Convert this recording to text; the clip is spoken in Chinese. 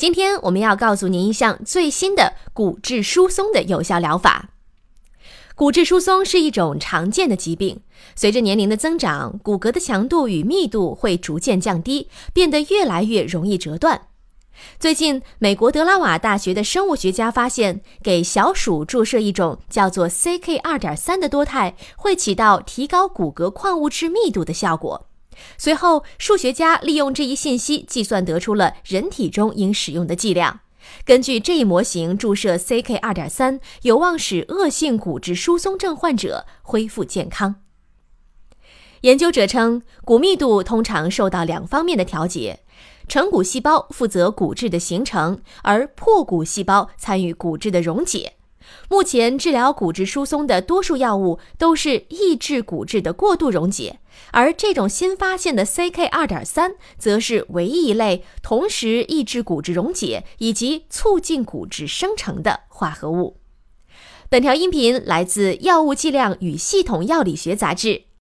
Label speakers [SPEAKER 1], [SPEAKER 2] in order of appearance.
[SPEAKER 1] 今天我们要告诉您一项最新的骨质疏松的有效疗法。骨质疏松是一种常见的疾病，随着年龄的增长，骨骼的强度与密度会逐渐降低，变得越来越容易折断。最近，美国德拉瓦大学的生物学家发现，给小鼠注射一种叫做 CK2.3 的多肽，会起到提高骨骼矿物质密度的效果。随后，数学家利用这一信息计算得出了人体中应使用的剂量。根据这一模型，注射 CK2.3 有望使恶性骨质疏松症患者恢复健康。研究者称，骨密度通常受到两方面的调节，成骨细胞负责骨质的形成，而破骨细胞参与骨质的溶解。目前治疗骨质疏松的多数药物都是抑制骨质的过度溶解，而这种新发现的 CK2.3 则是唯一一类同时抑制骨质溶解以及促进骨质生成的化合物。本条音频来自《药物剂量与系统药理学》杂志。